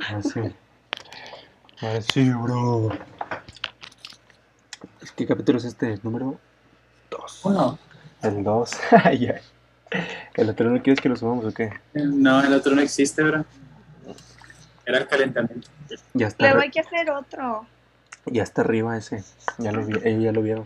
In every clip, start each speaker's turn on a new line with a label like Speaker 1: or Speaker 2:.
Speaker 1: Así. Así, bro. ¿Qué capítulo es este? Número 2.
Speaker 2: Uno.
Speaker 1: El 2. Ya. ¿El otro no quieres que lo subamos o qué?
Speaker 2: No, el otro no existe, bro. Era el calentamiento.
Speaker 1: Ya está,
Speaker 3: Luego hay que hacer otro.
Speaker 1: ya está arriba ese. Ya lo vi, ellos ya lo vieron.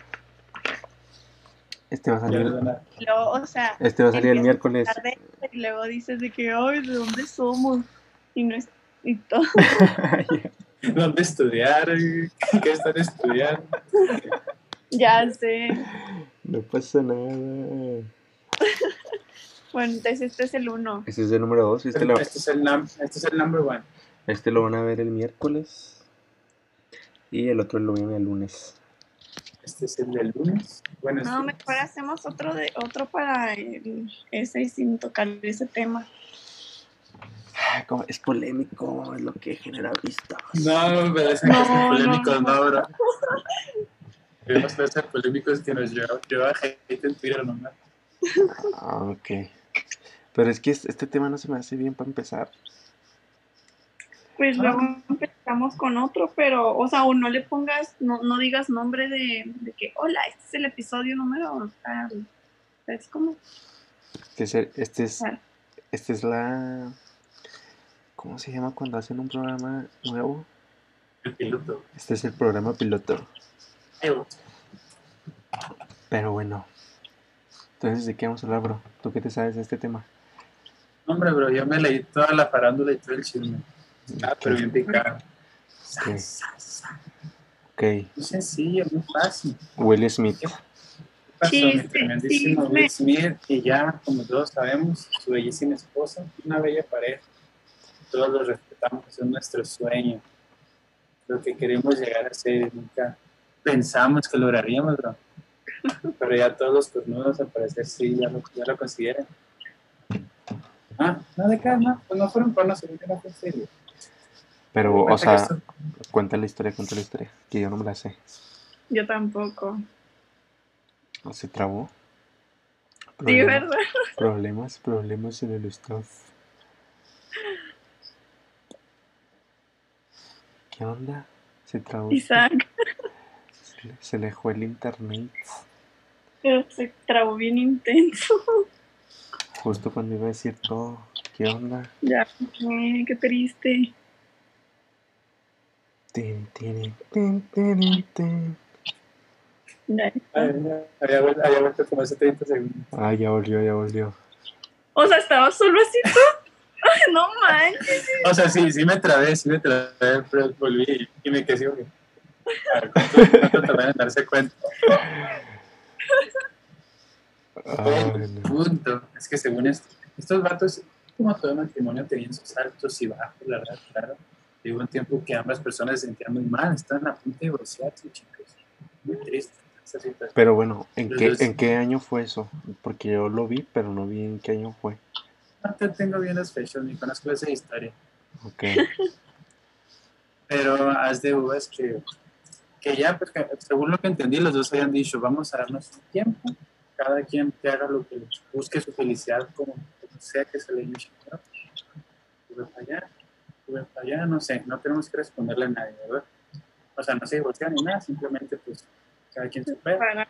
Speaker 1: Este va a
Speaker 2: Ya
Speaker 1: salir.
Speaker 2: no da nada.
Speaker 3: Luego, o sea,
Speaker 1: Este va a salir el
Speaker 3: empiezas a
Speaker 1: miércoles.
Speaker 3: hablar de esto y luego dices de que, ay, ¿de dónde somos? Y no es, y todo.
Speaker 1: Ya.
Speaker 2: ¿Dónde estudiar? ¿Qué están estudiando?
Speaker 3: Ya sé.
Speaker 1: No pasa nada.
Speaker 3: Bueno, entonces este es el 1.
Speaker 1: Este es el número 2.
Speaker 2: Este es el number one.
Speaker 1: Este lo van a ver el miércoles. Y el otro lo viene el lunes.
Speaker 2: Este es el del lunes. Bueno,
Speaker 3: No, mejor hacemos otro para ese y sin tocar ese tema.
Speaker 1: Es polémico, es lo que genera vistas.
Speaker 2: No, pero es que
Speaker 3: No,
Speaker 2: son polémicos,
Speaker 3: no.
Speaker 2: no, bro. Queremos ser polémicos que nos lleva hate en Twitter nomás.
Speaker 1: Ok. Pero es que este tema no se me hace bien para empezar.
Speaker 3: Pues luego empezamos con otro, pero, o sea, o no le pongas, no digas nombre de que, hola, este es el episodio número tal. Es como,
Speaker 1: Este es la... ¿Cómo se llama cuando hacen un programa nuevo?
Speaker 2: El piloto.
Speaker 1: Este es el programa piloto. Pero bueno. Entonces, ¿de qué vamos a hablar, bro? ¿Tú qué te sabes de este tema?
Speaker 2: Hombre, bro, yo me leí toda la farándula y todo el chisme. Pero bien picado.
Speaker 1: Ok. Ok.
Speaker 2: Muy sencillo, muy fácil.
Speaker 1: Will Smith.
Speaker 2: ¿Qué pasó? Mi
Speaker 3: Chiste,
Speaker 2: tremendísimo
Speaker 3: chisme.
Speaker 2: Will Smith, y ya, como todos sabemos, su bellísima esposa, una bella pareja. Todos los respetamos, es nuestro sueño. Lo que queremos llegar a ser, nunca pensamos que lograríamos, bro. Pero ya todos los cornudos, al parecer, sí, ya lo consideran. No, de cara, no, pues no fueron cuernos, según yo no fue en serio.
Speaker 1: Pero, o sea, cuenta la historia, que yo no me la sé.
Speaker 3: Yo tampoco.
Speaker 1: ¿No se trabó?
Speaker 3: Sí, ¿verdad?
Speaker 1: Problemas en el staff. ¿Qué onda? Se trabó.
Speaker 3: Isaac,
Speaker 1: Se le fue el internet.
Speaker 3: pero se trabó bien intenso.
Speaker 1: Justo cuando iba a decir todo. ¿Qué onda?
Speaker 3: Ya, qué triste. Ya.
Speaker 2: Había vuelto como hace 30 segundos.
Speaker 1: Ah, ya volvió.
Speaker 3: O sea, estaba solo así tú. Ay, no manches.
Speaker 2: O sea, sí me trabé, pero volví y me quedé así. A ver, ¿cuánto tardan en darse cuenta? El punto es que según estos vatos, como todo matrimonio, tenían sus altos y bajos, la verdad, claro. Llegó un tiempo que ambas personas se sentían muy mal, estaban a punto de divorciarse, chicos. Muy triste esta situación.
Speaker 1: Pero bueno, ¿en qué año fue eso? Porque yo lo vi, pero no vi en qué año fue.
Speaker 2: No te tengo bien las fechas, ni conozco esa historia.
Speaker 1: Ok.
Speaker 2: Pero haz de uvas que ya, pues, según lo que entendí, los dos habían dicho, vamos a darnos un tiempo, cada quien que haga lo que busque su felicidad, como sea que se le inicie. Tuve para allá, no sé, no tenemos que responderle a nadie, ¿verdad? O sea, no se divorcian ni nada, simplemente pues cada quien se pega.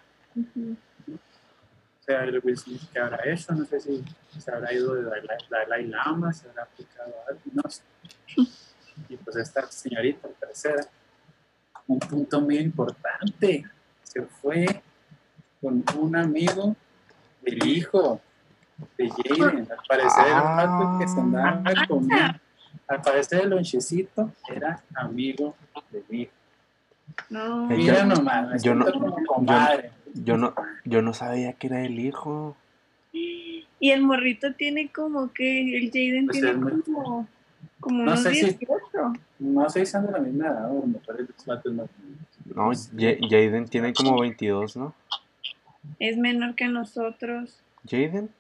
Speaker 2: O sea, el Will Smith que habrá hecho, no sé si se habrá ido de Dalai Lama, se habrá aplicado algo, no sé. Y pues esta señorita, al parecer, un punto muy importante, se fue con un amigo del hijo de Jaden. Al parecer era un vato que se andaba comiendo. Al parecer el lonchecito era amigo del hijo.
Speaker 3: No.
Speaker 2: Mira nomás, me siento como comadre.
Speaker 1: Yo no sabía que era el hijo.
Speaker 3: Y el morrito tiene como que, el Jaden pues tiene como
Speaker 2: no
Speaker 3: unos
Speaker 2: sé
Speaker 3: 18.
Speaker 2: No sé si son de la misma edad, o me parece que es más.
Speaker 1: No, Jaden tiene como 22, ¿no?
Speaker 3: Es menor que nosotros.
Speaker 1: ¿Jaden?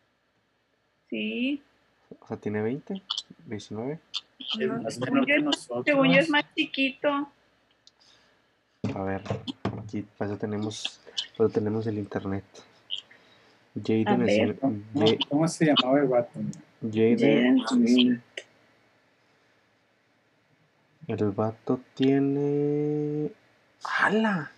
Speaker 3: Sí.
Speaker 1: O sea, tiene 20, 19.
Speaker 3: No, según yo es más chiquito.
Speaker 1: A ver, aquí tenemos el internet. Jaden es...
Speaker 2: ¿Cómo se llamaba el vato?
Speaker 1: Jaden Smith. El vato tiene... ¡Hala!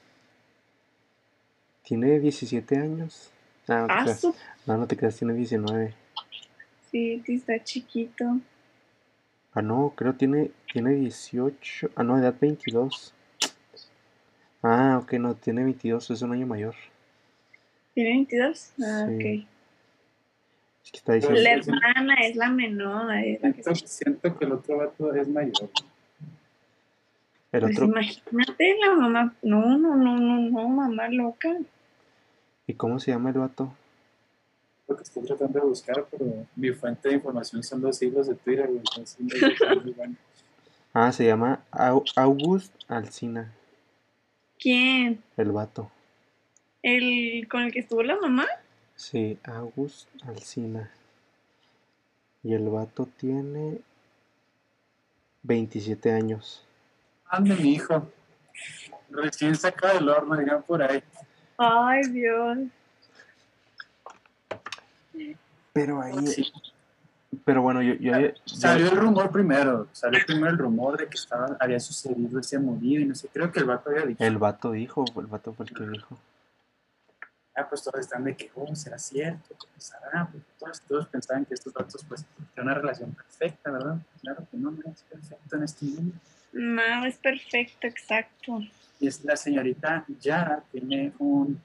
Speaker 1: Tiene 17 años. No, no te
Speaker 3: Ah,
Speaker 1: creas. No, no te creas, tiene 19.
Speaker 3: sí, sí, está chiquito.
Speaker 1: Ah, no, creo tiene 18. Ah, no, edad 22. Ah, ok, no, tiene 22, es un año mayor.
Speaker 3: ¿Tiene 22? Ah,
Speaker 1: Sí,
Speaker 3: ok.
Speaker 1: es que está
Speaker 2: Pero
Speaker 1: diciendo...
Speaker 3: La
Speaker 2: sí,
Speaker 3: hermana es la menor, es la que
Speaker 2: siento que el otro vato es mayor.
Speaker 1: El
Speaker 3: Pues
Speaker 1: otro...
Speaker 3: imagínate la mamá. No, no, no, no, no, mamá loca.
Speaker 1: ¿Y cómo se llama el vato?
Speaker 2: Lo que estoy tratando de buscar, pero mi fuente de información son los hilos de Twitter, güey, entonces no sé cómo es bueno.
Speaker 1: Ah, se llama August Alsina,
Speaker 3: ¿Quién?
Speaker 1: el vato.
Speaker 3: ¿El con el que estuvo la mamá?
Speaker 1: Sí, August Alsina. Y el vato tiene 27 años.
Speaker 2: Ande, mi hijo. Recién sacado del horno, dirían por ahí.
Speaker 3: Ay, Dios.
Speaker 1: Pero ahí...
Speaker 2: Sí.
Speaker 1: Pero bueno,
Speaker 2: Salió el rumor primero. Salió primero el rumor de que había sucedido ese morido y no sé. Creo que el vato había dicho.
Speaker 1: El vato fue el que dijo.
Speaker 2: Pues todos están de que, será cierto, ¿qué pasará? Porque todos pensaban que estos vatos, pues, tenían una relación perfecta, ¿verdad? Claro que no es perfecto en este mundo.
Speaker 3: No, es perfecto, exacto.
Speaker 2: Y la señorita Yara tiene un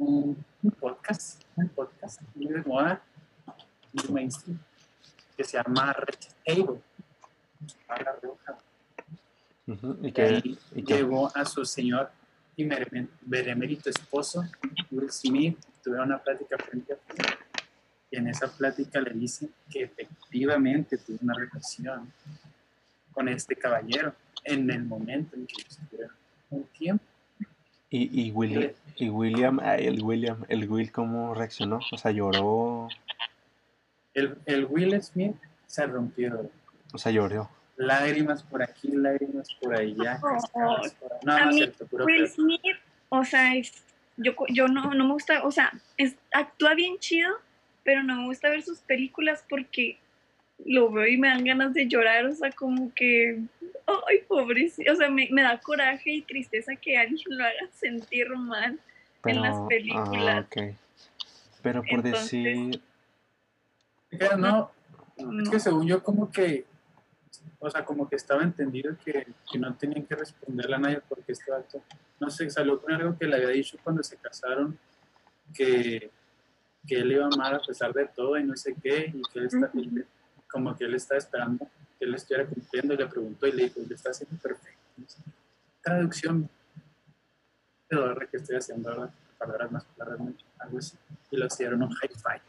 Speaker 2: podcast muy de moda, muy mainstream, que se llama Red Table, Barra Roja.
Speaker 1: Uh-huh.
Speaker 2: Y ahí llevó a su señor y benemérito esposo, Will Smith, tuvieron una plática frente a frente. Y en esa plática le dice que efectivamente tuvo una relación con este caballero en el momento en que estuvieron un tiempo.
Speaker 1: Y William, el Will, ¿cómo reaccionó? O sea, lloró.
Speaker 2: El Will Smith se rompió.
Speaker 1: O sea, lloró.
Speaker 2: Lágrimas por aquí, lágrimas por allá, cascadas por allá. No,
Speaker 3: a
Speaker 2: no es
Speaker 3: mí,
Speaker 2: cierto, puro
Speaker 3: Will
Speaker 2: pedo.
Speaker 3: Smith, o sea, yo no me gusta, o sea, actúa bien chido, pero no me gusta ver sus películas porque lo veo y me dan ganas de llorar, o sea, como que, ay, pobrecito, o sea, me da coraje y tristeza que alguien lo haga sentir mal en las
Speaker 1: Pero,
Speaker 3: películas.
Speaker 1: ok. Pero por
Speaker 3: Entonces,
Speaker 1: decir...
Speaker 2: No,
Speaker 3: no.
Speaker 2: es que según yo como que, o sea, como que estaba entendido que no tenían que responderle a nadie porque este acto, no sé, salió con algo que le había dicho cuando se casaron, que él iba mal a pesar de todo y no sé qué, y que él está, como que él está esperando que él estuviera cumpliendo y le preguntó y le dijo, le está haciendo perfecto. No sé. Traducción de que estoy haciendo ahora, palabras más claras, algo así, y lo hicieron un high five.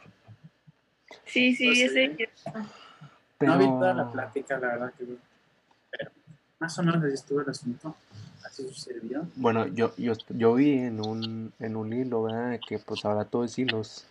Speaker 3: Sí,
Speaker 2: Entonces,
Speaker 3: ese.
Speaker 1: Pero...
Speaker 2: no vi toda la plática, la verdad, pero más o menos así estuvo el asunto, así sucedió.
Speaker 1: Bueno, yo vi en un hilo, ¿verdad? Que pues ahora todo es hilos.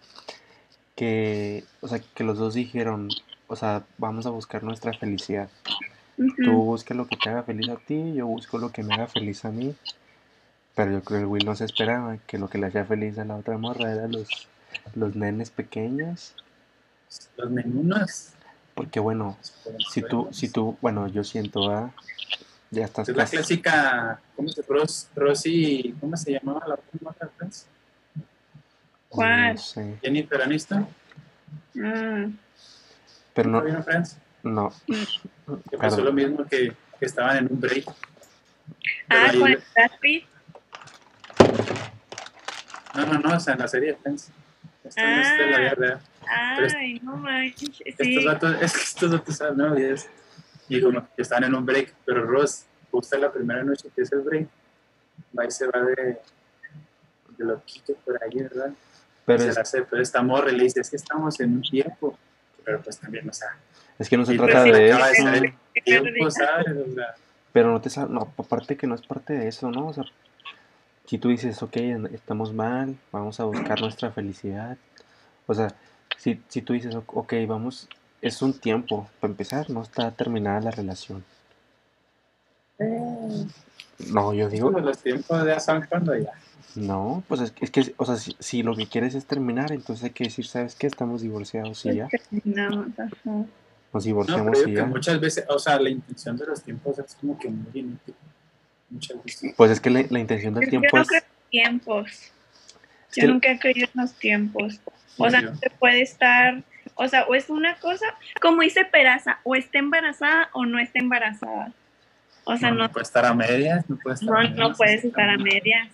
Speaker 1: Que, o sea, que los dos dijeron, o sea, vamos a buscar nuestra felicidad. Tú busca lo que te haga feliz a ti, yo busco lo que me haga feliz a mí. Pero yo creo que el Will no se esperaba que lo que le hacía feliz a la otra morra era los nenes pequeños.
Speaker 2: Los menunas.
Speaker 1: Porque bueno, si tú, bueno, yo siento, ¿verdad? Ya estás
Speaker 2: Es la
Speaker 1: casi...
Speaker 2: clásica, ¿cómo se Rosy, ¿cómo se llamaba la otra morra de Friends?
Speaker 1: No
Speaker 3: ¿Cuál?
Speaker 1: sé.
Speaker 2: Jennifer Aniston.
Speaker 1: Pero
Speaker 2: ¿Nunca
Speaker 1: no,
Speaker 2: vieron Friends?
Speaker 1: no.
Speaker 2: Que pasó lo mismo que estaban en un break. Pero ahí
Speaker 3: con el Brad Pitt.
Speaker 2: no, o sea, en la serie de Friends. Esto no es de la vida real.
Speaker 3: Ay, no manches, sí.
Speaker 2: Estos datos saben, ¿no? Y como que están en un break, pero Ross, justo la primera noche que es el break, va y se va de loquito por ahí, ¿verdad?
Speaker 1: Pero
Speaker 2: se la hace, pero esta morra le dice, es que estamos en un tiempo, pero pues también, o sea,
Speaker 1: es que no se
Speaker 2: y
Speaker 1: trata
Speaker 2: pues,
Speaker 1: de
Speaker 2: acaba de
Speaker 1: eso.
Speaker 2: ser el tiempo, ¿sabes? O sea,
Speaker 1: Pero no te no, aparte que no es parte de eso, ¿no? O sea, si tú dices, ok, estamos mal, vamos a buscar nuestra felicidad. O sea, si tú dices, ok, vamos, es un tiempo, para empezar, no está terminada la relación. No, yo digo,
Speaker 2: los tiempos ya son cuando ya.
Speaker 1: no, pues es que o sea, si lo que quieres es terminar, entonces hay que decir, ¿sabes qué? Estamos divorciados y ya.
Speaker 3: Terminamos, ajá.
Speaker 1: nos
Speaker 2: No, pero
Speaker 1: divorciamos
Speaker 2: digo
Speaker 1: y
Speaker 2: que
Speaker 1: ya.
Speaker 2: muchas veces, o sea, la intención de los tiempos es como que muy inútil. Muchas veces.
Speaker 1: Pues es que la intención del
Speaker 3: Yo
Speaker 1: tiempo
Speaker 3: no creo
Speaker 1: es
Speaker 3: en tiempos.
Speaker 1: es
Speaker 3: Yo
Speaker 1: que
Speaker 3: nunca he creído en los tiempos. O
Speaker 2: Ni
Speaker 3: sea,
Speaker 2: yo.
Speaker 3: no se puede estar, o sea, o es una cosa, como dice Peraza, o está embarazada o no está embarazada. O sea,
Speaker 2: No puede estar a medias, no puede estar a medias.
Speaker 3: no puedes estar a medias.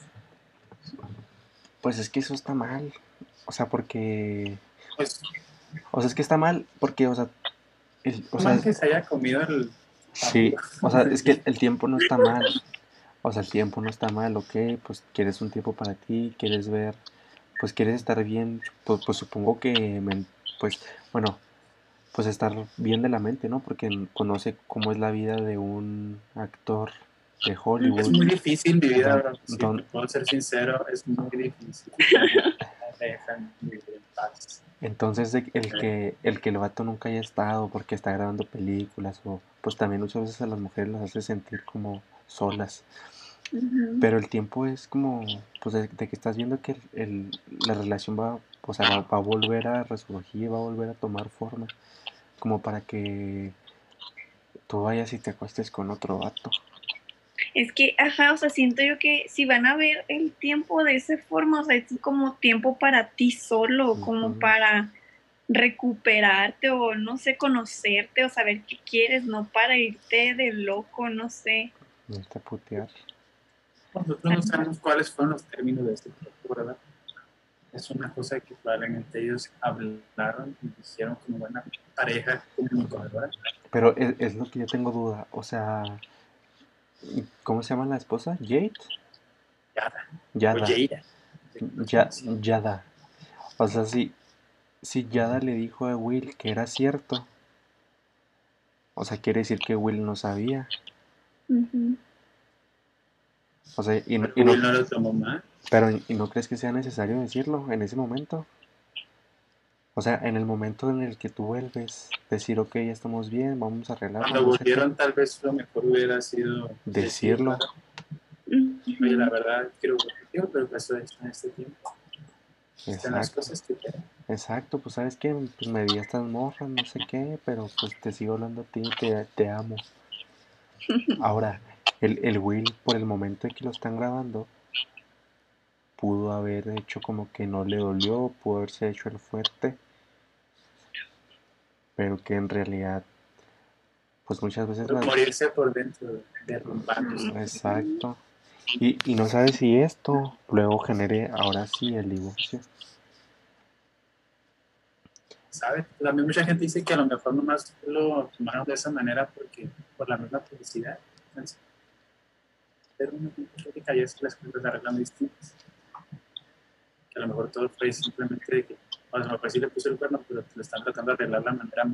Speaker 1: pues es que eso está mal. O sea, porque
Speaker 2: Pues,
Speaker 1: o sea, es que está mal porque, o sea, o sea,
Speaker 2: mal que se haya comido el
Speaker 1: sí,
Speaker 2: tabú.
Speaker 1: o sea, es que el tiempo no está mal. O sea, el tiempo no está mal, ok, pues quieres un tiempo para ti, quieres ver, pues quieres estar bien, pues supongo que, pues, bueno, pues estar bien de la mente, ¿no? Porque conoce cómo es la vida de un actor de
Speaker 2: Es
Speaker 1: Hollywood,
Speaker 2: muy difícil mi vida,
Speaker 1: don,
Speaker 2: bro. Si te
Speaker 1: don,
Speaker 2: puedo ser sincero, es muy difícil. No me dejan vivir en paz.
Speaker 1: entonces el que el vato nunca haya estado porque está grabando películas o pues también muchas veces a las mujeres las hace sentir como solas.
Speaker 3: Ujú.
Speaker 1: Pero el tiempo es como, pues de que estás viendo que la relación va, o sea, va a volver a resurgir, va a volver a tomar forma, como para que tú vayas y te acuestes con otro vato.
Speaker 3: Es que, ajá, o sea, siento yo que si van a ver el tiempo de esa forma, o sea, es como tiempo para ti solo, como
Speaker 1: Ujú.
Speaker 3: para recuperarte o no sé, conocerte o saber qué quieres, no para irte de loco, no sé.
Speaker 1: No te putear.
Speaker 2: Nosotros no sabemos cuáles fueron los términos de este tiempo, ¿verdad? Es una cosa que probablemente ellos hablaron y dijeron como buena pareja comunicadora.
Speaker 1: Pero es lo que yo tengo duda, o sea, ¿cómo se llama la esposa? ¿Jade?
Speaker 2: Yada. O
Speaker 1: Yada.
Speaker 2: Yeira.
Speaker 1: Yada. O sea, si Yada le dijo a Will que era cierto, o sea, quiere decir que Will no sabía.
Speaker 3: Ujú.
Speaker 1: O sea,
Speaker 2: Pero Will no lo tomó mal.
Speaker 1: pero ¿y no crees que sea necesario decirlo en ese momento? O sea, en el momento en el que tú vuelves, decir, ok, ya estamos bien, vamos a arreglarlo,
Speaker 2: Cuando
Speaker 1: no sé qué,
Speaker 2: volvieron, tal vez lo mejor hubiera sido decir,
Speaker 1: decirlo.
Speaker 2: ¿verdad? Oye, la
Speaker 3: Ujú.
Speaker 2: verdad, quiero contigo, pero pasó esto en este tiempo. Están las
Speaker 1: Exacto,
Speaker 2: cosas que quieren.
Speaker 1: exacto, pues sabes qué, pues me di estas morras, no sé qué, pero pues te sigo hablando a ti, te amo. Ahora, el Will, por el momento en que lo están grabando, pudo haber hecho como que no le dolió, pudo haberse hecho el fuerte, pero que en realidad, pues muchas veces
Speaker 2: Morirse por dentro, derrumbándose.
Speaker 1: Exacto. Y no sabes si esto luego genere ahora sí el divorcio.
Speaker 2: ¿Sabes? También mucha gente dice que a lo mejor nomás lo tomaron de esa manera porque por la misma publicidad. Entonces, pero una crítica ya es que las cosas se arreglan distintas. Que a lo mejor todo fue simplemente de que, o a lo mejor sí le puso el cuerno, pero lo están tratando de arreglar de la manera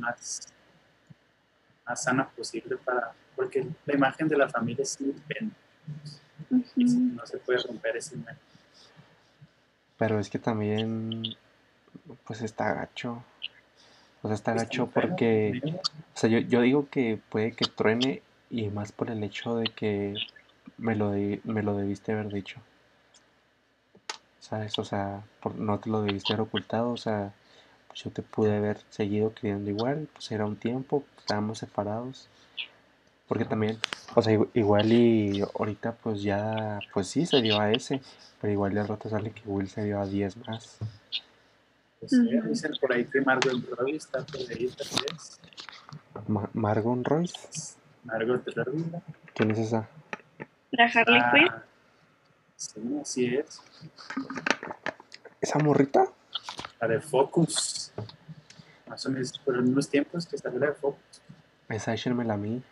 Speaker 2: más sana posible para, porque la imagen de la familia sí depende.
Speaker 3: Ujú.
Speaker 2: No se puede romper esa imagen.
Speaker 1: Pero es que también, pues está gacho. O sea, está
Speaker 2: Está muy
Speaker 1: gacho
Speaker 2: feo,
Speaker 1: porque,
Speaker 2: negro.
Speaker 1: o sea, yo digo que puede que truene y más por el hecho de que me lo debiste haber dicho. ¿Sabes? O sea, no te lo debiste haber ocultado. O sea, pues yo te pude haber seguido queriendo igual. Pues era un tiempo, estábamos separados. Porque también, o sea, igual y ahorita pues ya, pues sí, se dio a ese, pero igual y al rato sale que Will se dio a 10 más.
Speaker 2: Pues,
Speaker 3: Ujú.
Speaker 2: dicen por ahí que Margot Robbie está por ahí tal vez.
Speaker 1: Margon Royce,
Speaker 2: Margot Robbie.
Speaker 1: ¿quién es esa?
Speaker 3: La Harley Quinn.
Speaker 2: Ah, sí, así es.
Speaker 1: ¿Esa morrita?
Speaker 2: La de Focus. Más o menos por los mismos tiempos que salió la de Focus.
Speaker 1: Esa échenmela a mí.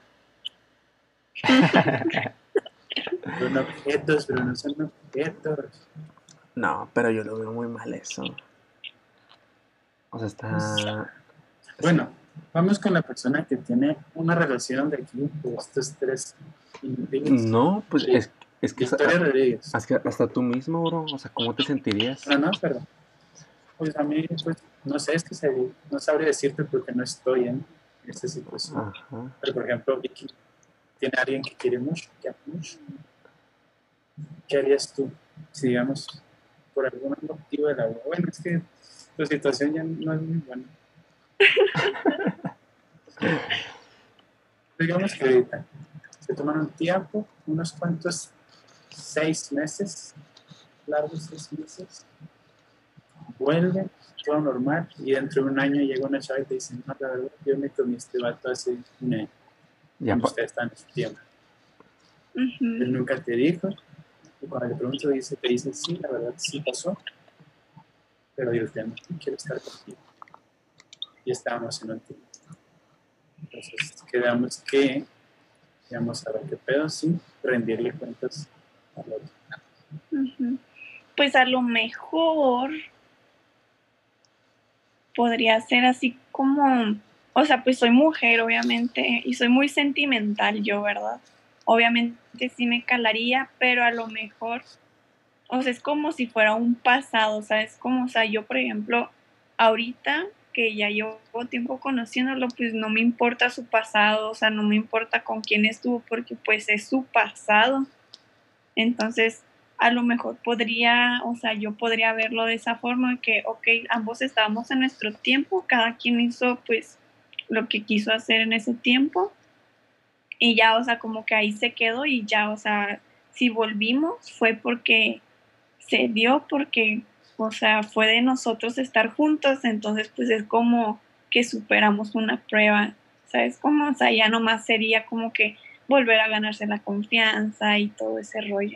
Speaker 2: Son objetos, pero no son objetos.
Speaker 1: No, pero yo lo veo muy mal eso. O sea,
Speaker 2: Pues,
Speaker 1: está...
Speaker 2: bueno, vamos con la persona que tiene una relación de aquí, de estos tres inútiles.
Speaker 1: No, pues
Speaker 2: Vi-
Speaker 1: es que,
Speaker 2: Victoria Rodríguez.
Speaker 1: es que hasta tú mismo, bro, o sea, ¿cómo te sentirías?
Speaker 2: No, no, pero pues a mí, pues, no sé, es que no sabría decirte porque no estoy en esta situación.
Speaker 1: Ajá.
Speaker 2: Pero, por ejemplo, Vicky tiene a alguien que quiere mucho, que ama mucho. ¿Qué harías tú si, digamos, por algún motivo de la vida? Bueno, es que tu situación ya no es muy buena. Digamos que ahorita se toman un tiempo, unos cuantos 6 meses, largos 6 meses, vuelven, todo normal, y dentro de un año llega una chava y te dice, no, la verdad, yo me comí este vato hace un año,
Speaker 1: Ya,
Speaker 2: cuando usted está en su tiempo.
Speaker 3: Ujú.
Speaker 2: Él nunca te dijo, y cuando le pregunto, te dice, sí, la verdad, sí pasó, pero yo ya no quiero estar contigo. Y estábamos en un tiempo. Entonces quedamos que, digamos, a ver qué pedo, sí, rendirle cuentas al otro.
Speaker 3: Ujú. Pues a lo mejor podría ser así como, o sea, pues soy mujer, obviamente, y soy muy sentimental yo, ¿verdad? Obviamente sí me calaría, pero a lo mejor, o sea, es como si fuera un pasado, ¿sabes? Como, o sea, yo, por ejemplo, ahorita que ya llevo tiempo conociéndolo, pues no me importa su pasado, o sea, no me importa con quién estuvo, porque pues es su pasado. Entonces, a lo mejor podría, o sea, yo podría verlo de esa forma, que, ok, ambos estábamos en nuestro tiempo, cada quien hizo pues lo que quiso hacer en ese tiempo y ya, o sea, como que ahí se quedó y ya, o sea, si volvimos fue porque se dio, porque, o sea, fue de nosotros estar juntos, entonces pues es como que superamos una prueba, ¿sabes? Como, o sea, ya nomás sería como que volver a ganarse la confianza y todo ese rollo.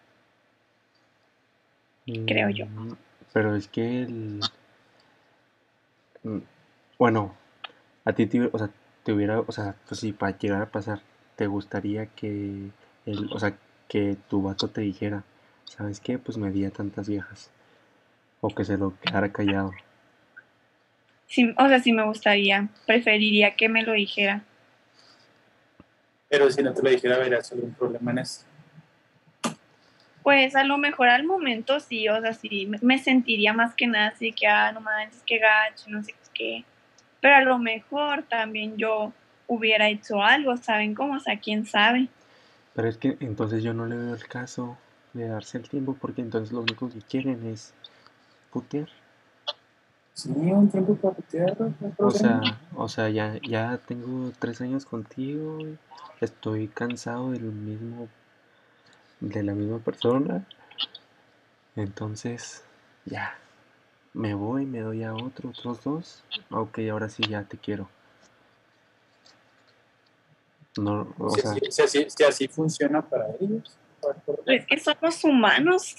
Speaker 3: Creo yo.
Speaker 1: Pero es que mm, bueno, a ti o sea, te hubiera, o sea, pues si para llegar a pasar, te gustaría que o sea, que tu vato te dijera, ¿sabes qué? Pues me di a tantas viejas. O que se lo quedara callado.
Speaker 3: Sí, o sea, sí me gustaría, preferiría que me lo dijera.
Speaker 2: Pero si no te lo dijera, verás algún problema en eso.
Speaker 3: Pues a lo mejor al momento sí, o sea, sí, me sentiría más que nada así que, ah, no manches, qué gacho, no sé qué. Pero a lo mejor también yo hubiera hecho algo, ¿saben cómo? O sea, quién sabe.
Speaker 1: Pero es que entonces yo no le veo el caso de darse el tiempo porque entonces lo único que quieren es putear.
Speaker 2: Sí, un tiempo para putearlo, no hay problema.
Speaker 1: O sea, ya tengo 3 años contigo, estoy cansado de la misma persona, entonces ya, me voy, me doy a otros dos, ok, ahora sí ya te quiero. No, o sea,
Speaker 2: Si así funciona para ellos, no hay problema.
Speaker 3: Pues que somos humanos,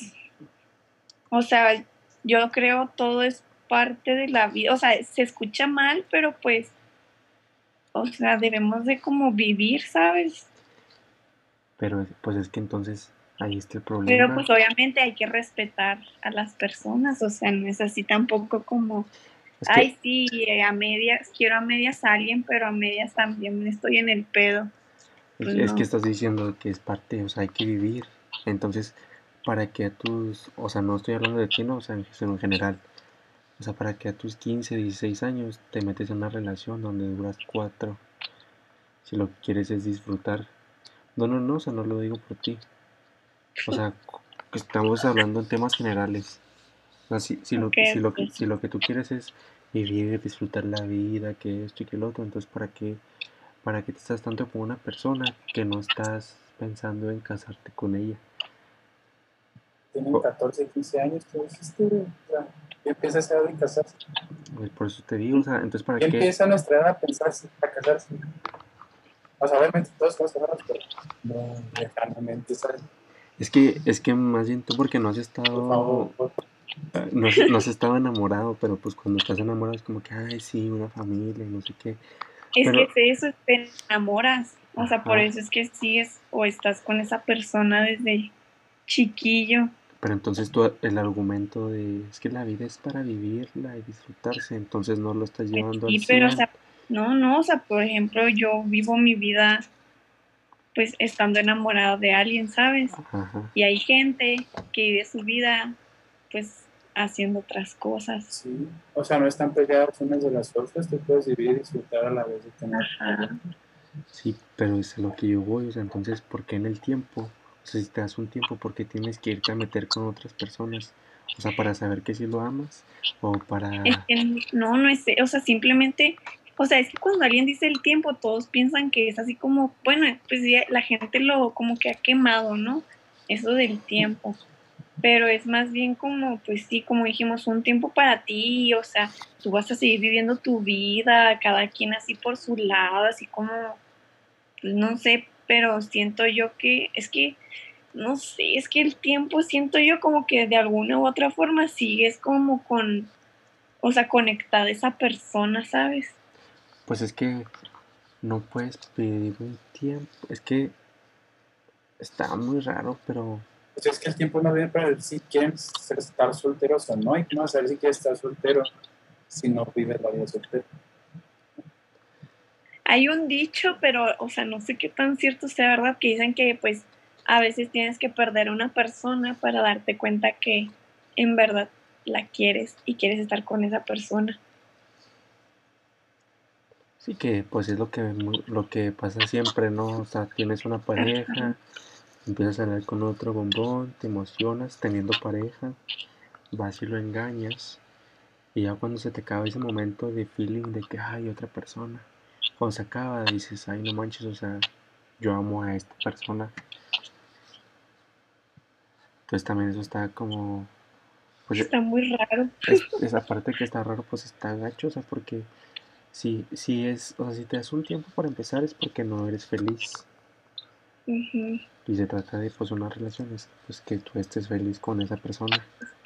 Speaker 3: o sea, yo creo todo es parte de la vida, o sea, se escucha mal, pero pues, o sea, debemos de como vivir, ¿sabes?
Speaker 1: pero pues es que entonces ahí está el
Speaker 3: Pero
Speaker 1: problema.
Speaker 3: pues obviamente hay que respetar a las personas, o sea, no es así tampoco como,
Speaker 1: Es que,
Speaker 3: ay, sí, a medias, quiero a medias a alguien, pero a medias también estoy en el pedo. Pues
Speaker 1: es que
Speaker 3: no.
Speaker 1: estás diciendo que es parte, o sea, hay que vivir. Entonces, para que a tus, o sea, no estoy hablando de ti, no, o sea, sino en general. O sea, para que a tus 15 16 años te metes en una relación donde duras 4, si lo que quieres es disfrutar. No, o sea, no lo digo por ti. O sea, que estamos hablando en temas generales. O sea,
Speaker 3: Ok, ok.
Speaker 1: si lo que tú quieres es vivir, disfrutar la vida, que esto y que lo otro, entonces para qué te estás tanto con una persona que no estás pensando en casarte con ella?
Speaker 2: Tienen
Speaker 1: O-
Speaker 2: 14, 15 años, tú dijiste, güey. O sea, ya empieza esa edad de casarse.
Speaker 1: por eso te digo, o sea, entonces para
Speaker 2: Ya
Speaker 1: qué.
Speaker 2: empieza nuestra edad a pensarse, a casarse. O sea, obviamente todos casarnos, pero no lejanamente, ¿sabes?
Speaker 1: Es que más bien tú porque no has
Speaker 2: Por favor,
Speaker 1: estado,
Speaker 2: por favor.
Speaker 1: no has estado enamorado, pero pues cuando estás enamorado es como que, ay, sí, una familia, y no sé qué.
Speaker 3: Es que
Speaker 1: Pero,
Speaker 3: es eso, te enamoras. O sea, por
Speaker 1: ajá,
Speaker 3: eso es que sigues o estás con esa persona desde chiquillo.
Speaker 1: pero entonces tú el argumento de es que la vida es para vivirla y disfrutarse, entonces no lo estás llevando al
Speaker 3: Sí, pero, o
Speaker 1: 100.
Speaker 3: sea, no, o sea, por ejemplo, yo vivo mi vida pues estando enamorado de alguien, ¿sabes?
Speaker 1: Ajá.
Speaker 3: Y hay gente que vive su vida pues haciendo otras cosas.
Speaker 2: Sí, o sea, no están pegadas unas de las otras, tú puedes vivir y disfrutar a la vez de tener algo.
Speaker 3: Ajá.
Speaker 1: Sí, pero es a lo que yo voy, o sea, entonces, ¿por qué en el tiempo? O sea, si te das un tiempo, ¿por qué tienes que irte a meter con otras personas? O sea, para saber que sí lo amas o
Speaker 3: Es
Speaker 1: para...
Speaker 3: que no es, o sea, simplemente O sea, es que cuando alguien dice el tiempo, todos piensan que es así como, bueno, pues ya la gente lo como que ha quemado, ¿no? Eso del tiempo. Pero es más bien como, pues sí, como dijimos, un tiempo para ti, o sea, tú vas a seguir viviendo tu vida, cada quien así por su lado, así como, pues no sé, pero siento yo que, es que, no sé, es que el tiempo siento yo como que de alguna u otra forma sigues como con, o sea, conectada a esa persona, ¿sabes?
Speaker 1: Pues es que no puedes pedir un tiempo. Es que está muy raro, pero
Speaker 2: Pues es que el tiempo no viene para ver si quieren estar solteros o no. Y cómo saber si quieres estar soltero si no vives la vida soltero.
Speaker 3: Hay un dicho, pero, o sea, no sé qué tan cierto sea, ¿verdad? Que dicen que, pues, a veces tienes que perder a una persona para darte cuenta que en verdad la quieres y quieres estar con esa persona.
Speaker 1: sí que pues es lo que pasa siempre, ¿no? O sea, tienes una pareja, empiezas a hablar con otro bombón, te emocionas teniendo pareja, vas y lo engañas, y ya cuando se te acaba ese momento de feeling de que hay otra persona, cuando se acaba dices, ay no manches, o sea, yo amo a esta persona. Entonces también eso está como, pues
Speaker 3: Está muy raro.
Speaker 1: esa parte que está raro, pues está gacho, o sea, porque si es, o sea, si te das un tiempo para empezar es porque no eres feliz.
Speaker 3: Ujú.
Speaker 1: Y se trata de pues unas relaciones, pues que tú estés feliz con esa persona.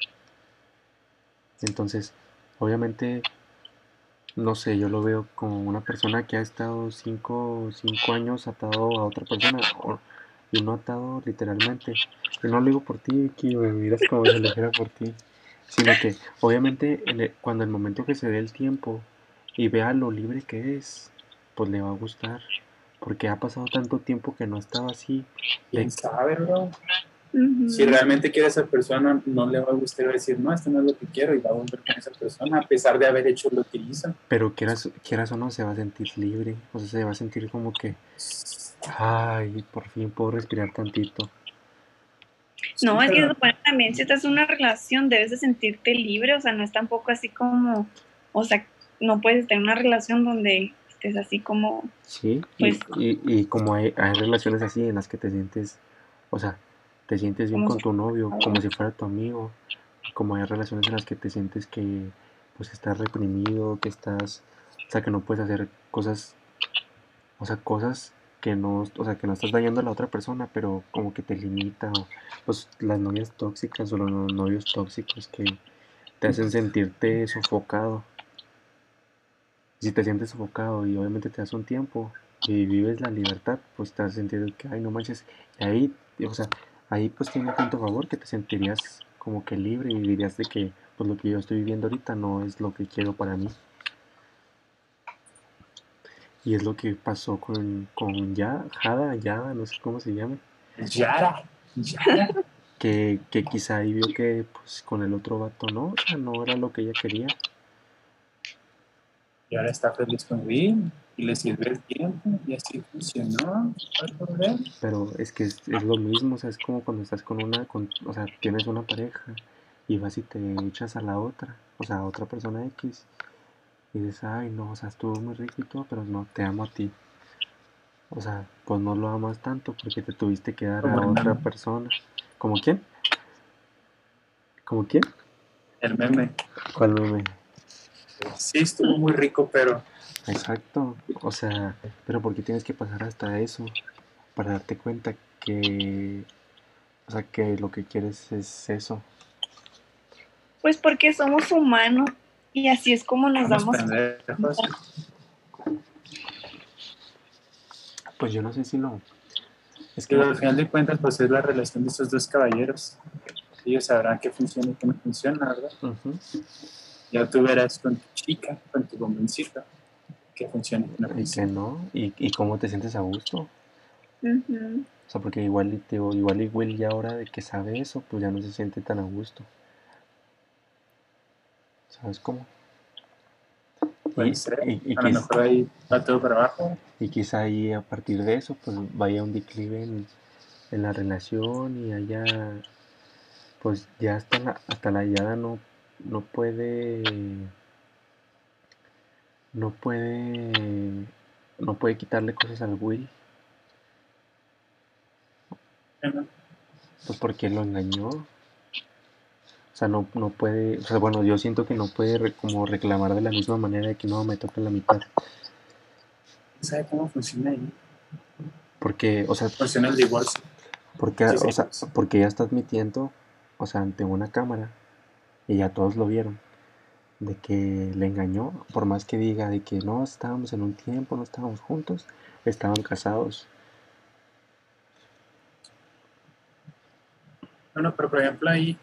Speaker 1: Entonces, obviamente, no sé, yo lo veo como una persona que ha estado cinco años atado a otra persona, y no atado literalmente. Y no lo digo por ti, Vicky, me miras como si lo dijera por ti, sino que obviamente cuando el momento que se dé el tiempo y vea lo libre que es, pues le va a gustar, porque ha pasado tanto tiempo que no estaba así,
Speaker 2: ¿Quién
Speaker 1: de,
Speaker 2: sabe, bro? Si
Speaker 3: Ujú.
Speaker 2: realmente quiere a esa persona, no le va a gustar decir, no, esto no es lo que quiero y va a volver con esa persona a pesar de haber hecho lo que hizo.
Speaker 1: pero quieras o no, se va a sentir libre, o sea, se va a sentir como que, ay, por fin puedo respirar tantito.
Speaker 2: Sí,
Speaker 3: No, es que se
Speaker 2: pero
Speaker 3: supone también si estás en una relación debes de sentirte libre, o sea, no es tampoco así como, o sea, no puedes tener una relación donde estés así como,
Speaker 1: Sí,
Speaker 3: pues,
Speaker 1: y como hay relaciones así en las que te sientes, o sea, te sientes bien
Speaker 3: como
Speaker 1: con
Speaker 3: si...
Speaker 1: tu novio, como si fuera tu amigo, como hay relaciones en las que te sientes que pues estás reprimido, que estás, o sea, que no puedes hacer cosas, o sea, cosas que no, o sea, que no estás dañando a la otra persona, pero como que te limita, o pues las novias tóxicas o los novios tóxicos que te hacen sentirte sofocado. Si te sientes sofocado y obviamente te das un tiempo y vives la libertad, pues te vas a sentir que, ay, no manches, y ahí, o sea, ahí pues tiene un punto a favor que te sentirías como que libre y dirías de que, pues lo que yo estoy viviendo ahorita no es lo que quiero para mí. Y es lo que pasó con Jada, no sé cómo se llama,
Speaker 2: Yara, Yara.
Speaker 1: que quizá ahí vio que pues con el otro vato no, o sea, no era lo que ella quería.
Speaker 2: Y ahora está feliz con Will y le sirve el tiempo y así funcionó.
Speaker 1: Pero es que es lo mismo, o sea, es como cuando estás o sea, tienes una pareja y vas y te echas a la otra, o sea, a otra persona X, y dices, ay, no, o sea, estuvo muy rico y todo, pero no, te amo a ti. O sea, pues no lo amas tanto porque te tuviste que dar a
Speaker 2: Como el
Speaker 1: otra
Speaker 2: meme.
Speaker 1: persona. ¿Como quién? ¿Como quién?
Speaker 2: El meme.
Speaker 1: ¿Cuál meme?
Speaker 2: Sí, estuvo muy rico, pero
Speaker 1: Exacto, o sea, pero ¿por qué tienes que pasar hasta eso para darte cuenta que, o sea, que lo que quieres es eso?
Speaker 3: Pues porque somos humanos y así es como nos
Speaker 2: somos
Speaker 3: damos
Speaker 2: pendejos.
Speaker 3: cuenta.
Speaker 1: Pues yo no sé si lo, es que
Speaker 2: Pero
Speaker 1: no,
Speaker 2: al final de cuentas, pues es la relación de estos dos caballeros. Ellos sabrán qué funciona y qué no funciona, ¿verdad?
Speaker 1: ujú.
Speaker 2: Ya tú verás con tu chica, con tu bomboncito, qué funciona y qué no
Speaker 1: Y que
Speaker 2: funciona.
Speaker 1: no, y cómo te sientes a gusto.
Speaker 3: Ujú.
Speaker 1: O sea, porque igual, igual y Will ya ahora de que sabe eso, pues ya no se siente tan a gusto. ¿Sabes cómo?
Speaker 2: Puede
Speaker 1: Y,
Speaker 2: ser.
Speaker 1: y, y,
Speaker 2: A lo
Speaker 1: quiz-
Speaker 2: mejor ahí va todo para abajo.
Speaker 1: y quizá ahí a partir de eso, pues vaya un declive en la relación y haya, pues ya hasta la hallada no puede, no puede, no puede quitarle cosas al Will,
Speaker 2: Bueno,
Speaker 1: pues porque lo engañó. O sea, no puede, o sea, bueno, yo siento que no puede como reclamar de la misma manera de que no me toca la mitad.
Speaker 2: ¿quién sabe cómo funciona ahí?
Speaker 1: Porque,
Speaker 2: Funciona el divorcio. Sí, sí, pues.
Speaker 1: porque ya está admitiendo, o sea, ante una cámara, y ya todos lo vieron, de que le engañó, por más que diga de que no estábamos en un tiempo, no estábamos juntos, estaban casados.
Speaker 2: Bueno, pero por ejemplo ahí,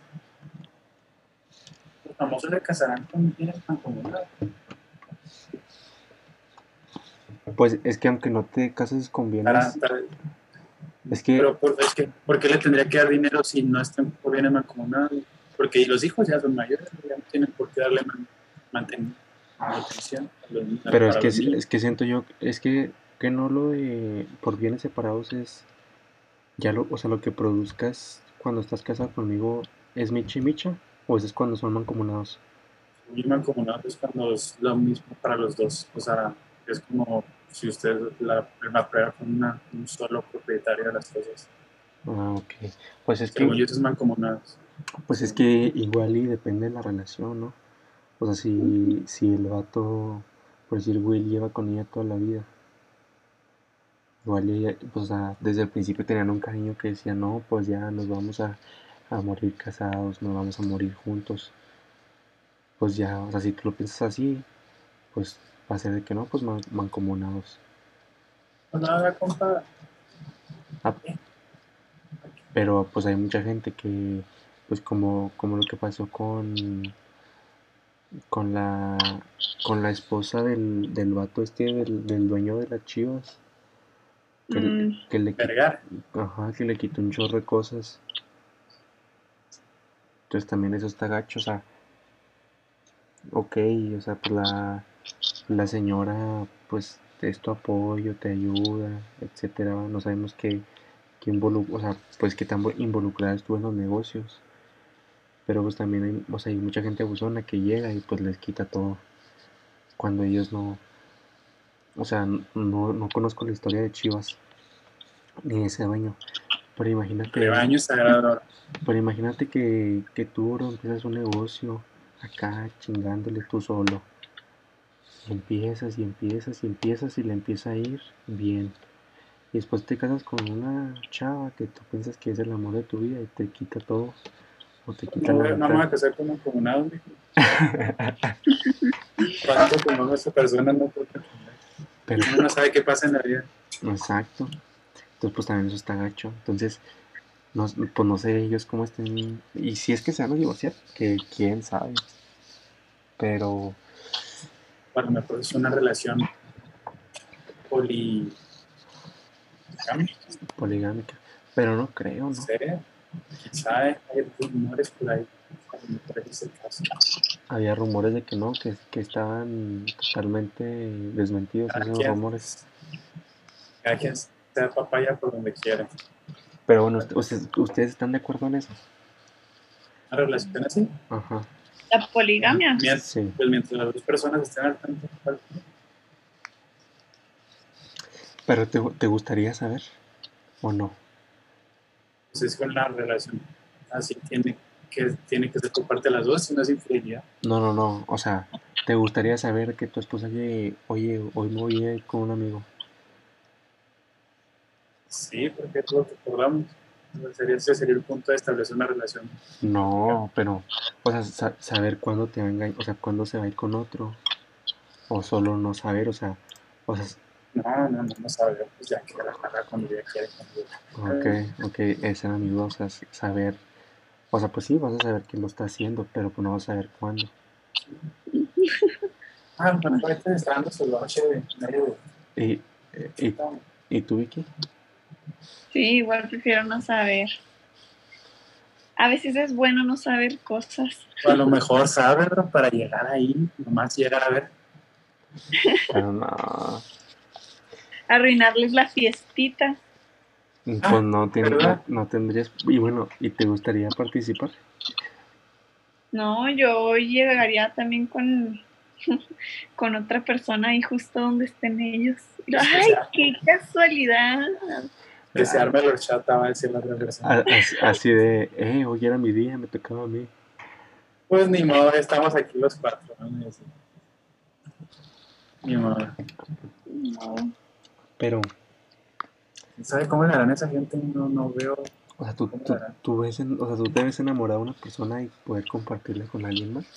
Speaker 2: los famosos se casarán con bienes mancomunados.
Speaker 1: Pues es que aunque no te cases con
Speaker 2: Para,
Speaker 1: bienes,
Speaker 2: para-
Speaker 1: es que,
Speaker 2: pero es que, ¿por qué le tendría que dar dinero si no están por bienes mancomunados? Porque los hijos ya son mayores, ya no tienen por qué darle manutención
Speaker 1: pero
Speaker 2: para los niños.
Speaker 1: es que siento yo, es que no lo de por bienes separados es, ya lo, o sea, lo que produzcas cuando estás casado conmigo es micha y micha, o eso es cuando son mancomunados.
Speaker 2: Y mancomunado es cuando es lo mismo para los dos. O sea, es como si usted la prueba con un solo propietario de las cosas.
Speaker 1: Ah, ok. Pues es
Speaker 2: Según
Speaker 1: que,
Speaker 2: yo, es mancomunados.
Speaker 1: pues es que igual y depende de la relación, ¿no? O sea, si el vato, por decir, Will lleva con ella toda la vida, igual y ella, pues, o sea, desde el principio tenían un cariño que decía, no, pues ya nos vamos a morir casados, nos vamos a morir juntos. Pues ya, o sea, si tú lo piensas así, pues va a ser de que no, pues mancomunados.
Speaker 2: Pues nada, compa.
Speaker 1: Ah, pero pues hay mucha gente que, pues como lo que pasó con la, con la esposa del vato este, del dueño de las Chivas,
Speaker 3: Mm,
Speaker 1: que le quitó,
Speaker 2: Vergar.
Speaker 1: ajá, que le quitó un chorro de cosas. Entonces también eso está gacho, o sea, ok, o sea, pues la señora, pues es tu apoyo, te ayuda, etcétera. No sabemos o sea, pues qué tan involucrada estuvo en los negocios. Pero pues también hay, o sea, hay mucha gente abusona que llega y pues les quita todo. Cuando ellos no, o sea, no conozco la historia de Chivas ni de ese dueño. Pero imagínate,
Speaker 2: Rebaño sagrado.
Speaker 1: que tú, bro, empiezas un negocio acá chingándole tú solo. Y empiezas y empiezas y empiezas y le empieza a ir bien. Y después te casas con una chava que tú piensas que es el amor de tu vida y te quita todo o te quita la
Speaker 2: No vamos
Speaker 1: mitad.
Speaker 2: a casar como mancomunados, mijo. ¿Cuánto como esa persona no puede entender?
Speaker 1: Pero,
Speaker 2: Uno no sabe qué pasa en la vida.
Speaker 1: exacto. Entonces, pues también eso está gacho. Entonces, no, pues no sé ellos cómo estén. Y si es que se van a divorciar, que quién sabe. Pero,
Speaker 2: A lo mejor es una relación poligámica.
Speaker 1: poligámica. Pero no creo,
Speaker 2: No
Speaker 1: ¿no?
Speaker 2: sé. Quién sabe. Hay rumores por ahí. A lo mejor ese es el caso.
Speaker 1: Había rumores de que no, que estaban totalmente desmentidos
Speaker 2: Cada
Speaker 1: esos
Speaker 2: quien,
Speaker 1: rumores.
Speaker 2: cada quien sea papaya por donde quiera.
Speaker 1: Pero bueno, ustedes están de acuerdo en eso.
Speaker 2: Una relación así,
Speaker 1: Ajá,
Speaker 3: la poligamia.
Speaker 1: sí.
Speaker 2: pues mientras las dos personas estén al tanto,
Speaker 1: Pero te gustaría saber o no.
Speaker 2: pues es con la relación. Así tiene que ser por parte de las dos, si no es infidelidad.
Speaker 1: No. O sea, te gustaría saber que tu esposa llegue, oye, hoy me voy a ir con un amigo.
Speaker 2: Sí, porque es lo que acordamos. Ese sería el punto de establecer una relación.
Speaker 1: No, pero, o sea, saber cuándo te va a engañar, o sea, cuándo se va a ir con otro, o solo no saber, o sea,
Speaker 2: No sabe, pues ya que la haga cuando ella quiere.
Speaker 1: ok, ok, esa era mi duda, o sea, saber, o sea, pues sí, vas a saber que lo está haciendo, pero pues no vas a saber cuándo.
Speaker 2: Bueno, ahorita está dando su noche de medio
Speaker 1: ¿Y, y, y tú, Vicky?
Speaker 3: Sí, igual prefiero no saber. A veces es bueno no saber cosas.
Speaker 2: O a lo mejor sabe, pero para llegar ahí, nomás llegar a ver.
Speaker 1: Pero no,
Speaker 3: Arruinarles la fiestita.
Speaker 1: pues
Speaker 2: ¿Verdad?
Speaker 1: no tendrías, y bueno, ¿y te gustaría participar?
Speaker 3: No, yo llegaría también con con otra persona y justo donde estén ellos.
Speaker 2: Pues que
Speaker 3: ¡Ay,
Speaker 2: sea-
Speaker 3: qué casualidad!
Speaker 2: Que se arme el horchata, va a decir la otra persona.
Speaker 1: Así de, hoy era mi día, me tocaba a mí.
Speaker 2: Pues ni modo, estamos aquí los cuatro, ¿no? Y así. Ni modo.
Speaker 3: No.
Speaker 1: Pero,
Speaker 2: ¿Quién sabe cómo le harán a esa gente? No veo
Speaker 1: o sea,
Speaker 2: cómo le harán.
Speaker 1: tú te ves enamorado de una persona y poder compartirla con alguien más.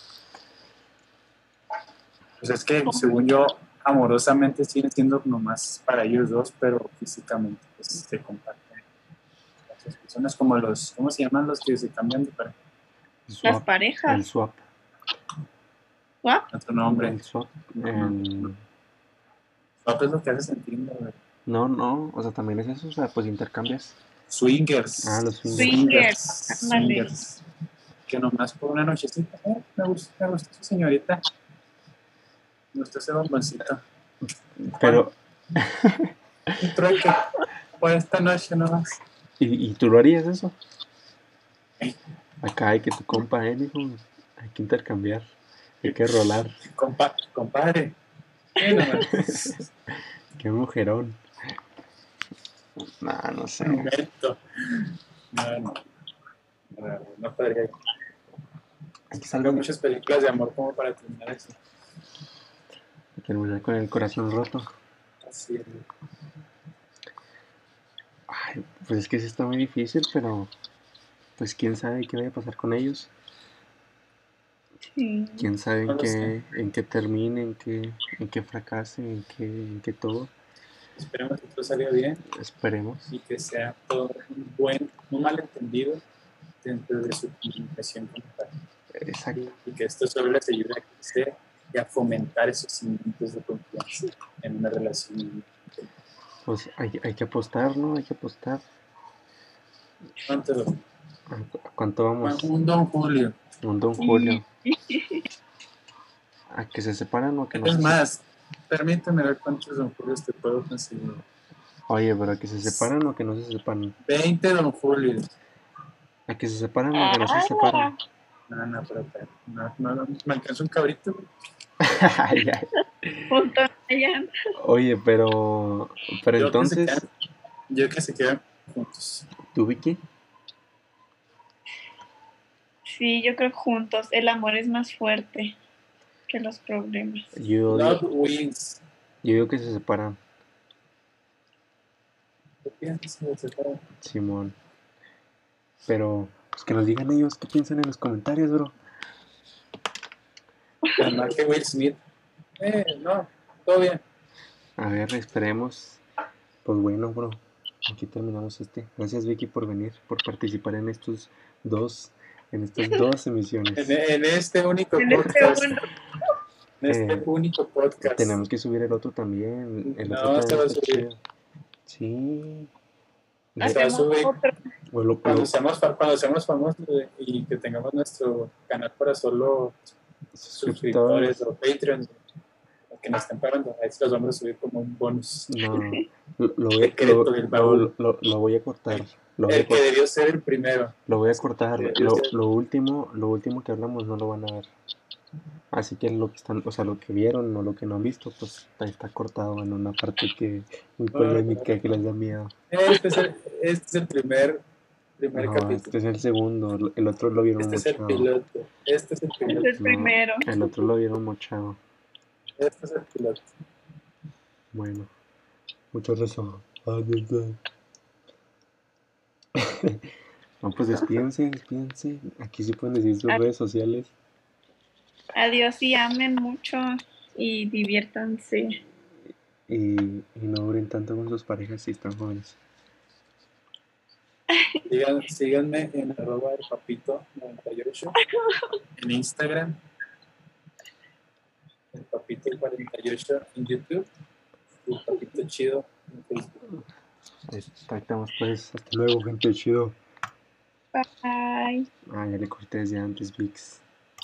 Speaker 2: Pues es que, según yo, amorosamente siguen siendo nomás para ellos dos, pero físicamente pues, se comparten otras personas como los, ¿cómo se llaman los que se cambian de pareja?
Speaker 1: El
Speaker 3: Las
Speaker 1: swap, el
Speaker 3: parejas.
Speaker 1: swap,
Speaker 3: ¿What?
Speaker 2: Otro nombre.
Speaker 1: el swap.
Speaker 2: Swap es lo que hace sentir, ¿no?
Speaker 1: No, o sea, también es eso, o sea, pues intercambias.
Speaker 2: Swingers.
Speaker 1: Ah, los swingers.
Speaker 3: Swingers, ándale.
Speaker 2: Swingers. Que nomás por una nochecita, me gusta su señorita. Me gusta ese bomboncito.
Speaker 1: Pero,
Speaker 2: Un trueque por esta noche nomás.
Speaker 1: ¿y tú lo harías eso?
Speaker 2: Sí.
Speaker 1: Acá hay que tu compa, dijo, hay que intercambiar, hay que rolar.
Speaker 2: Compadre. Sí, nomás.
Speaker 1: Qué mujerón. Nah, no sé.
Speaker 2: Momento. No podría.
Speaker 1: Hay que
Speaker 2: Hay
Speaker 1: salga
Speaker 2: muchas películas de amor como para terminar eso.
Speaker 1: terminar con el corazón roto.
Speaker 2: Así es.
Speaker 1: Ay, pues es que sí está muy difícil, pero pues quién sabe qué vaya a pasar con ellos.
Speaker 3: Sí.
Speaker 1: Quién sabe
Speaker 2: No lo sé.
Speaker 1: en qué termine, en qué fracase, en qué todo.
Speaker 2: Esperemos que todo salga bien
Speaker 1: Esperemos.
Speaker 2: y que sea todo un malentendido dentro de su comunicación como tal.
Speaker 1: Exacto.
Speaker 2: Y que esto solo les ayude a crecer y a fomentar esos cimientos de confianza en una relación.
Speaker 1: Pues hay que apostar, ¿no? Hay que apostar.
Speaker 2: ¿Cuánto?
Speaker 1: ¿A cuánto vamos?
Speaker 2: Un Don Julio.
Speaker 1: Un Don Julio. ¿A que se separan o a que no
Speaker 2: Es
Speaker 1: se
Speaker 2: más, permíteme ver cuántos Don Julios te puedo conseguir.
Speaker 1: Oye, pero a que se separan o a que no se separan.
Speaker 2: 20 Don Julios.
Speaker 1: A que se separan o a que no se separan.
Speaker 2: No, pero no, me alcanza un cabrito.
Speaker 1: Ay, ay.
Speaker 3: Junto a ella.
Speaker 1: Oye, pero entonces,
Speaker 2: Yo que se quedan juntos.
Speaker 1: ¿tú, Vicky?
Speaker 3: Sí, yo creo que juntos el amor es más fuerte que los problemas.
Speaker 2: Love wins.
Speaker 1: Yo digo que se separan,
Speaker 2: ¿Qué piensas de separar?
Speaker 1: Simón. Pero, pues que nos digan ellos qué piensan en los comentarios, bro.
Speaker 2: El mal que Will Smith. No, todo bien.
Speaker 1: A ver, esperemos. Pues bueno, bro. Aquí terminamos Gracias, Vicky, por venir, por participar en estas dos emisiones.
Speaker 2: En este único
Speaker 3: En
Speaker 2: podcast.
Speaker 3: este
Speaker 2: En este único podcast.
Speaker 1: Tenemos que subir el otro también. El
Speaker 2: No,
Speaker 1: otro
Speaker 2: se va a
Speaker 1: también está
Speaker 2: subir.
Speaker 1: chido. Sí.
Speaker 2: Se va a
Speaker 3: hacemos
Speaker 2: subir.
Speaker 3: otro.
Speaker 2: Cuando seamos famosos y que tengamos nuestro canal para solo suscriptores o Patreons que nos estén pagando, ahí se los vamos a subir como un bonus.
Speaker 1: No,
Speaker 2: Secreto del baúl.
Speaker 1: lo voy a cortar.
Speaker 2: El que debió ser el primero.
Speaker 1: Lo voy a cortar.
Speaker 2: Debió ser.
Speaker 1: Lo último que hablamos no lo van a ver. Así que lo que están, o sea, lo que vieron o lo que no han visto, pues está cortado en una parte que muy polémica que les da miedo.
Speaker 2: Este es el primer
Speaker 1: No,
Speaker 2: capítulo.
Speaker 1: este es el segundo. El otro lo vieron
Speaker 2: Este es el
Speaker 1: mochado.
Speaker 2: piloto. Este es el piloto.
Speaker 3: Es el primero.
Speaker 1: El otro lo vieron mochado.
Speaker 2: Este es el piloto.
Speaker 1: Bueno, muchas gracias. No, pues despídense. Aquí sí pueden decir sus redes sociales.
Speaker 3: Adiós y amen mucho y diviértanse.
Speaker 1: Y no duren tanto con sus parejas si están jóvenes.
Speaker 2: Síganme en @elpapito98 en Instagram, el papito48 en YouTube y el papito chido en Facebook.
Speaker 1: Ahí estamos pues. Hasta luego, gente chido.
Speaker 3: Bye.
Speaker 1: Ya le corté desde antes, Vix.